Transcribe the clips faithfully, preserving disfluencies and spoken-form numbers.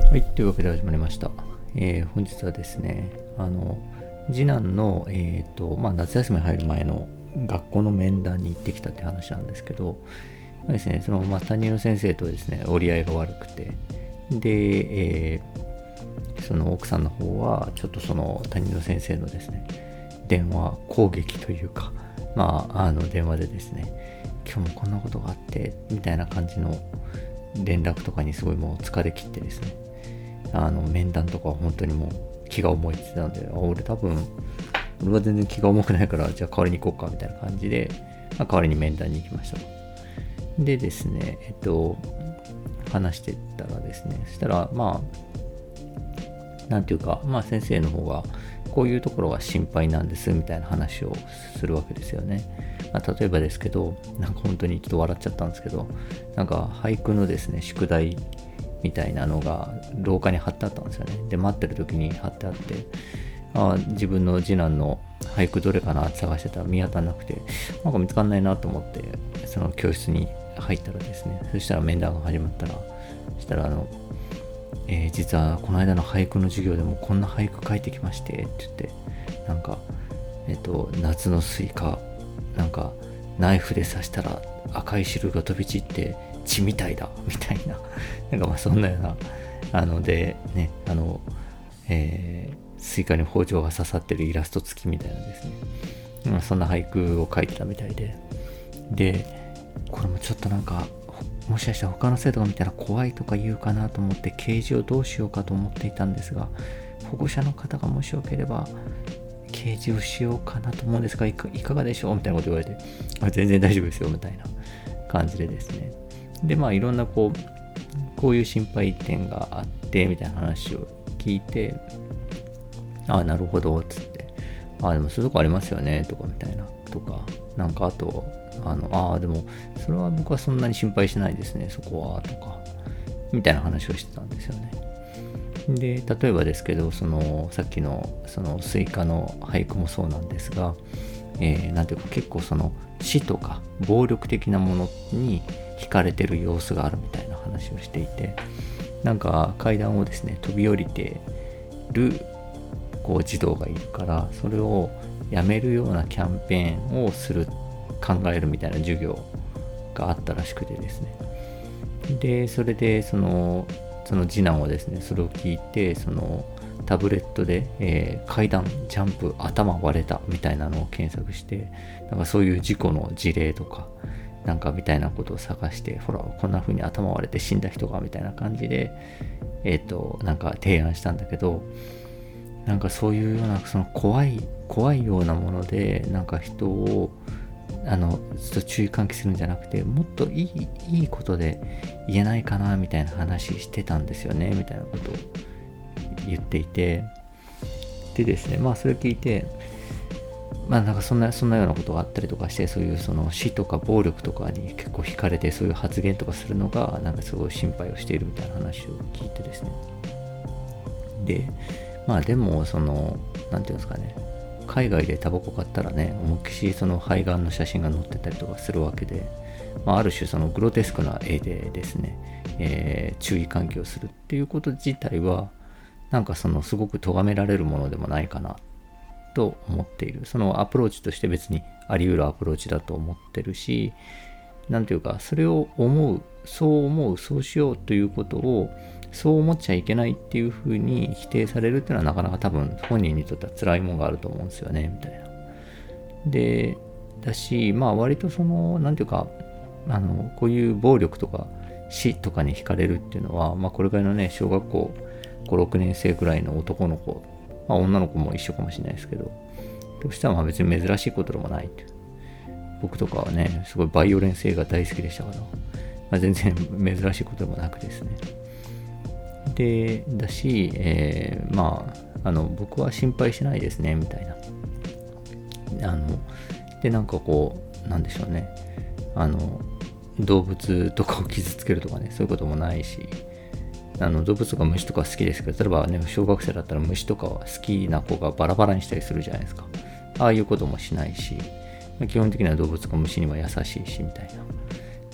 はい、というわけで始まりました。えー本日はですね、あの、次男の、えーと、まあ、夏休み入る前の学校の面談に行ってきたって話なんですけど、まあですね、その、まあ、担任の先生とですね、折り合いが悪くて、で、えーその奥さんの方は、ちょっとその担任の先生のですね、電話攻撃というか、まあ、あの、電話でですね、今日もこんなことがあって、みたいな感じの連絡とかにすごいもう疲れ切ってですね、あの面談とかは本当にもう気が重いって言ってたんで、あ俺多分俺は全然気が重くないからじゃあ代わりに行こうかみたいな感じで、まあ、代わりに面談に行きましたと。でですねえっと話してたらですね、そしたらまあなんていうか、まあ先生の方がこういうところが心配なんですみたいな話をするわけですよね。まあ、例えばですけど、なんか本当にちょっと笑っちゃったんですけど、なんか俳句のですね宿題みたいなのが廊下に貼ってあったんですよね。で待ってる時に貼ってあって、あ自分の次男の俳句どれかなって探してたら見当たらなくて、なんか見つかんないなと思ってその教室に入ったらですね、そしたら面談が始まったら、そしたらあの、えー実はこの間の俳句の授業でもこんな俳句書いてきましてって言って、なんかえっ、と夏のスイカ、なんかナイフで刺したら赤い汁が飛び散って血みたいだみたいな、なんかまあそんなような、あのでね、あの、えースイカに包丁が刺さってるイラスト付きみたいなですね、まあ、そんな俳句を書いてたみたいで、でこれもちょっとなんかもしかしたら他の生徒が見たら怖いとか言うかなと思って掲示をどうしようかと思っていたんですが、保護者の方がもしよければ掲示をしようかなと思うんですがいかいかがでしょうみたいなこと言われて、あ全然大丈夫ですよみたいな感じでですね、でまあいろんなこうこういう心配点があってみたいな話を聞いて、ああなるほどっつって、ああでもそういうとこありますよねとかみたいなとか、なんかあとあのああでもそれは僕はそんなに心配しないですねそこはとかみたいな話をしてたんですよね。で例えばですけど、そのさっきのそのスイカの俳句もそうなんですが、えー、なんていうか結構その死とか暴力的なものに惹かれてる様子があるみたいな話をしていて、なんか階段をですね飛び降りてるこう児童がいるから、それをやめるようなキャンペーンをする考えるみたいな授業があったらしくてですね、でそれでそのその次男はですねそれを聞いて、そのタブレットで、えー階段ジャンプ頭割れたみたいなのを検索して、なんかそういう事故の事例とかなんかみたいなことを探して、ほらこんな風に頭割れて死んだ人がみたいな感じでえっ、となんか提案したんだけど、なんかそういうようなその怖い怖いようなものでなんか人をあのずっと注意喚起するんじゃなくて、もっといいいいことで言えないかなみたいな話してたんですよねみたいなことを言っていて、でですねまあそれ聞いて、まあなんかそんなそんなようなことがあったりとかして、そういうその死とか暴力とかに結構惹かれてそういう発言とかするのがなんかすごい心配をしているみたいな話を聞いてですね、でまあでもそのなんていうんですかね、海外でタバコ買ったらね思いっきしその肺がんの写真が載ってたりとかするわけで、まあ、ある種そのグロテスクな絵でですね、えー注意喚起をするっていうこと自体はなんかそのすごく咎められるものでもないかなと思っている。そのアプローチとして別にあり得るアプローチだと思ってるし、なんていうかそれを思う、そう思う、そうしようということをそう思っちゃいけないっていう風に否定されるっていうのはなかなか多分本人にとっては辛いもんがあると思うんですよねみたいな。でだし、まあ割とそのなんていうかあのこういう暴力とか死とかに惹かれるっていうのは、まあこれぐらいのね小学校ご、ろくねん生くらいの男の子、まあ女の子も一緒かもしれないですけど、としてはまあ別に珍しいことでもないっていう。僕とかはねすごいバイオレンス映画大好きでしたから、まあ、全然珍しいことでもなくですね、でだし、えーまああの僕は心配しないですねみたいな、あのでなんかこうなんでしょうね、あの動物とかを傷つけるとかねそういうこともないし、あの動物とか虫とか好きですけど、例えばね小学生だったら虫とか好きな子がバラバラにしたりするじゃないですか、ああいうこともしないし、基本的には動物か虫には優しいしみたいな。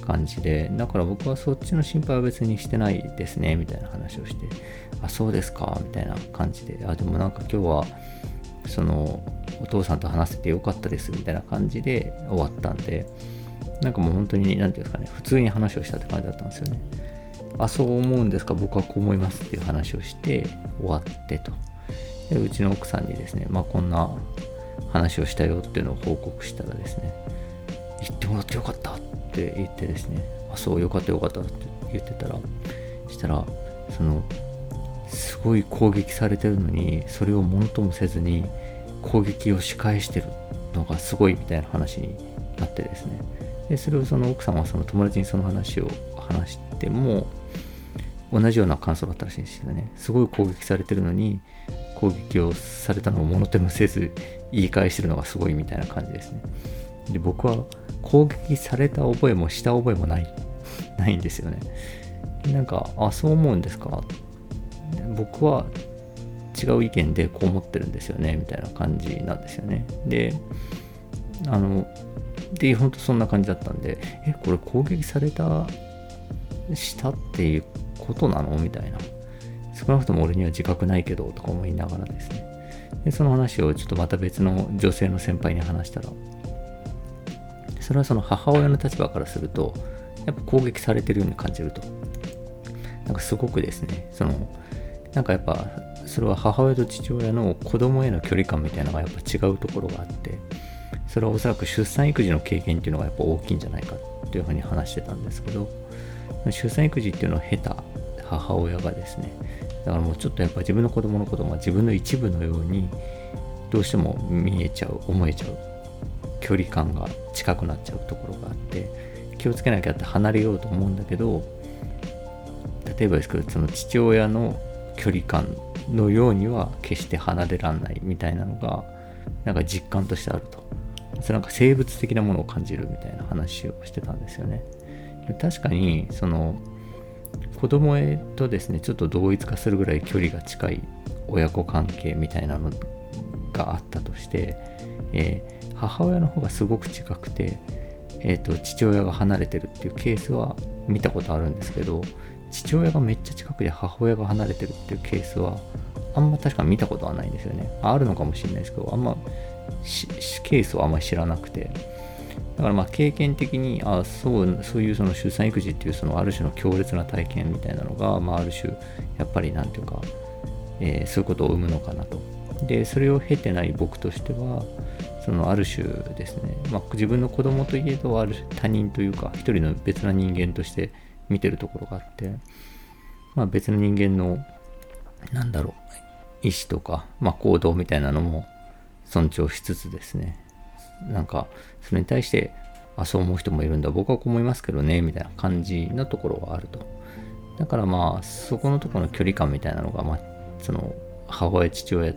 感じで、だから僕はそっちの心配は別にしてないですねみたいな話をして、あ、そうですかみたいな感じで、あ、でもなんか今日はそのお父さんと話せてよかったですみたいな感じで終わったんで、なんかもう本当に何ていうんですかね、普通に話をしたって感じだったんですよね。あ、そう思うんですか、僕はこう思いますっていう話をして終わってと。でうちの奥さんにですね、まあこんな話をしたよっていうのを報告したらですね、言ってもらってよかったって言ってですね、あ、そう、よかったよかったって言ってたら、したらそのすごい攻撃されてるのにそれをものともせずに攻撃を仕返してるのがすごいみたいな話になってですね、でそれをその奥さんはその友達にその話を話しても同じような感想だったらしいんですよね。すごい攻撃されてるのに攻撃をされたのをものともせず言い返してるのがすごいみたいな感じですね。で僕は攻撃された覚えもした覚えもないないんですよね。なんか、あ、そう思うんですか、僕は違う意見でこう思ってるんですよねみたいな感じなんですよね。であので本当そんな感じだったんで、えこれ攻撃されたしたっていうことなのみたいな、少なくとも俺には自覚ないけどとか思いながらですね、でその話をちょっとまた別の女性の先輩に話したら、それはその母親の立場からするとやっぱ攻撃されてるように感じると、なんかすごくですね、そのなんかやっぱそれは母親と父親の子供への距離感みたいなのがやっぱ違うところがあって、それはおそらく出産育児の経験っていうのがやっぱ大きいんじゃないかっていうふうに話してたんですけど、出産育児っていうのを経た母親がですね、だからもうちょっとやっぱ自分の子供のことが自分の一部のようにどうしても見えちゃう、思えちゃう、距離感が近くなっちゃうところがあって、気をつけなきゃって離れようと思うんだけど、例えばですけどその父親の距離感のようには決して離れらんないみたいなのがなんか実感としてあると、それなんか生物的なものを感じるみたいな話をしてたんですよね。確かにその子供へとですねちょっと同一化するぐらい距離が近い親子関係みたいなのがあったとして、えー、母親の方がすごく近くて、えーと、父親が離れてるっていうケースは見たことあるんですけど、父親がめっちゃ近くで母親が離れてるっていうケースはあんま確か見たことはないんですよね。あるのかもしれないですけど、あんまケースをあんまり知らなくて、だからまあ経験的にあそうそういうその出産育児っていうそのある種の強烈な体験みたいなのが、まあ、ある種やっぱりなんていうか、えー、そういうことを生むのかなと。でそれを経てない僕としてはそのある種ですね、まあ、自分の子供といえどある他人というか一人の別な人間として見てるところがあって、まあ、別の人間のなんだろう意思とか、まあ、行動みたいなのも尊重しつつですね、なんかそれに対してあそう思う人もいるんだ、僕はこう思いますけどねみたいな感じのところがあると。だからまあそこのところの距離感みたいなのが、まあ、その母親父親って、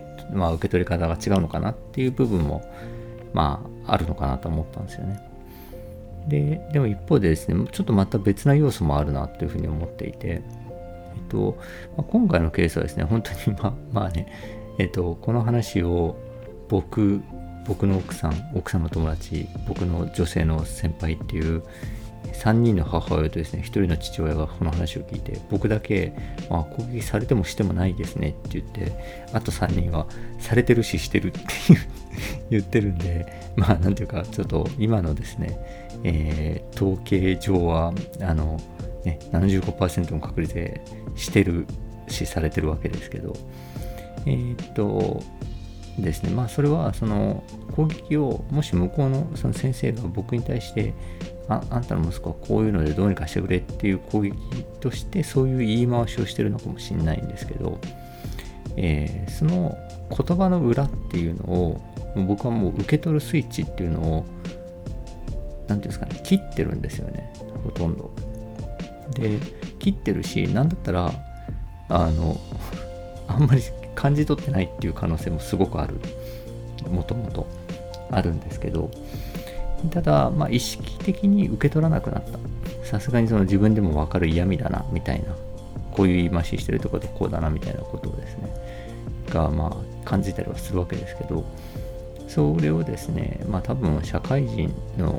まあ、受け取り方が違うのかなっていう部分もまああるのかなと思ったんですよね。ででも一方でですねちょっとまた別な要素もあるなというふうに思っていて、えっとまあ、今回のケースはですね本当にまあまあねえっとこの話を僕僕の奥さん奥さんの友達僕の女性の先輩っていうさんにんの母親とですねひとりの父親がこの話を聞いて、僕だけ、まあ、攻撃されてもしてもないですねって言って、あとさんにんはされてるししてるって言ってるんで、まあなんていうかちょっと今のですね、えー、統計上はあの、ね、ななじゅうごパーセント の確率でしてるしされてるわけですけど、えー、っとですね、まあそれはその攻撃をもし向こうのその先生が僕に対してあ, あんたの息子はこういうのでどうにかしてくれっていう攻撃としてそういう言い回しをしてるのかもしれないんですけど、えー、その言葉の裏っていうのを僕はもう受け取るスイッチっていうのを何ていうんですかね切ってるんですよね、ほとんどで切ってるし、なんだったらあのあんまり感じ取ってないっていう可能性もすごくある、もともとあるんですけど、ただ、まあ、意識的に受け取らなくなった。さすがにその自分でも分かる嫌味だなみたいな、こういう言い回ししてるところでこうだなみたいなことをですねがまあ感じたりはするわけですけど、それをですねまあ多分社会人の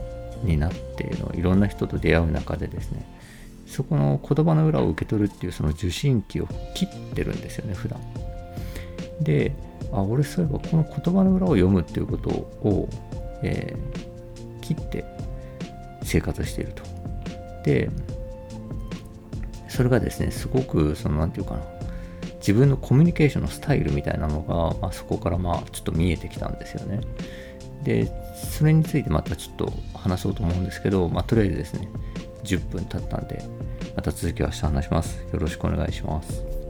になってのいろんな人と出会う中でですね、そこの言葉の裏を受け取るっていうその受信機を切ってるんですよね、普段。で、あ、俺そういえばこの言葉の裏を読むっていうことを、えー、切って生活していると。で、それがですね、すごくそのなんていうかな、自分のコミュニケーションのスタイルみたいなのが、まあ、そこからまあちょっと見えてきたんですよね。で、それについてまたちょっと話そうと思うんですけど、まあ、とりあえずですね、じゅっぷん経ったんで、また続きは明日話します。よろしくお願いします。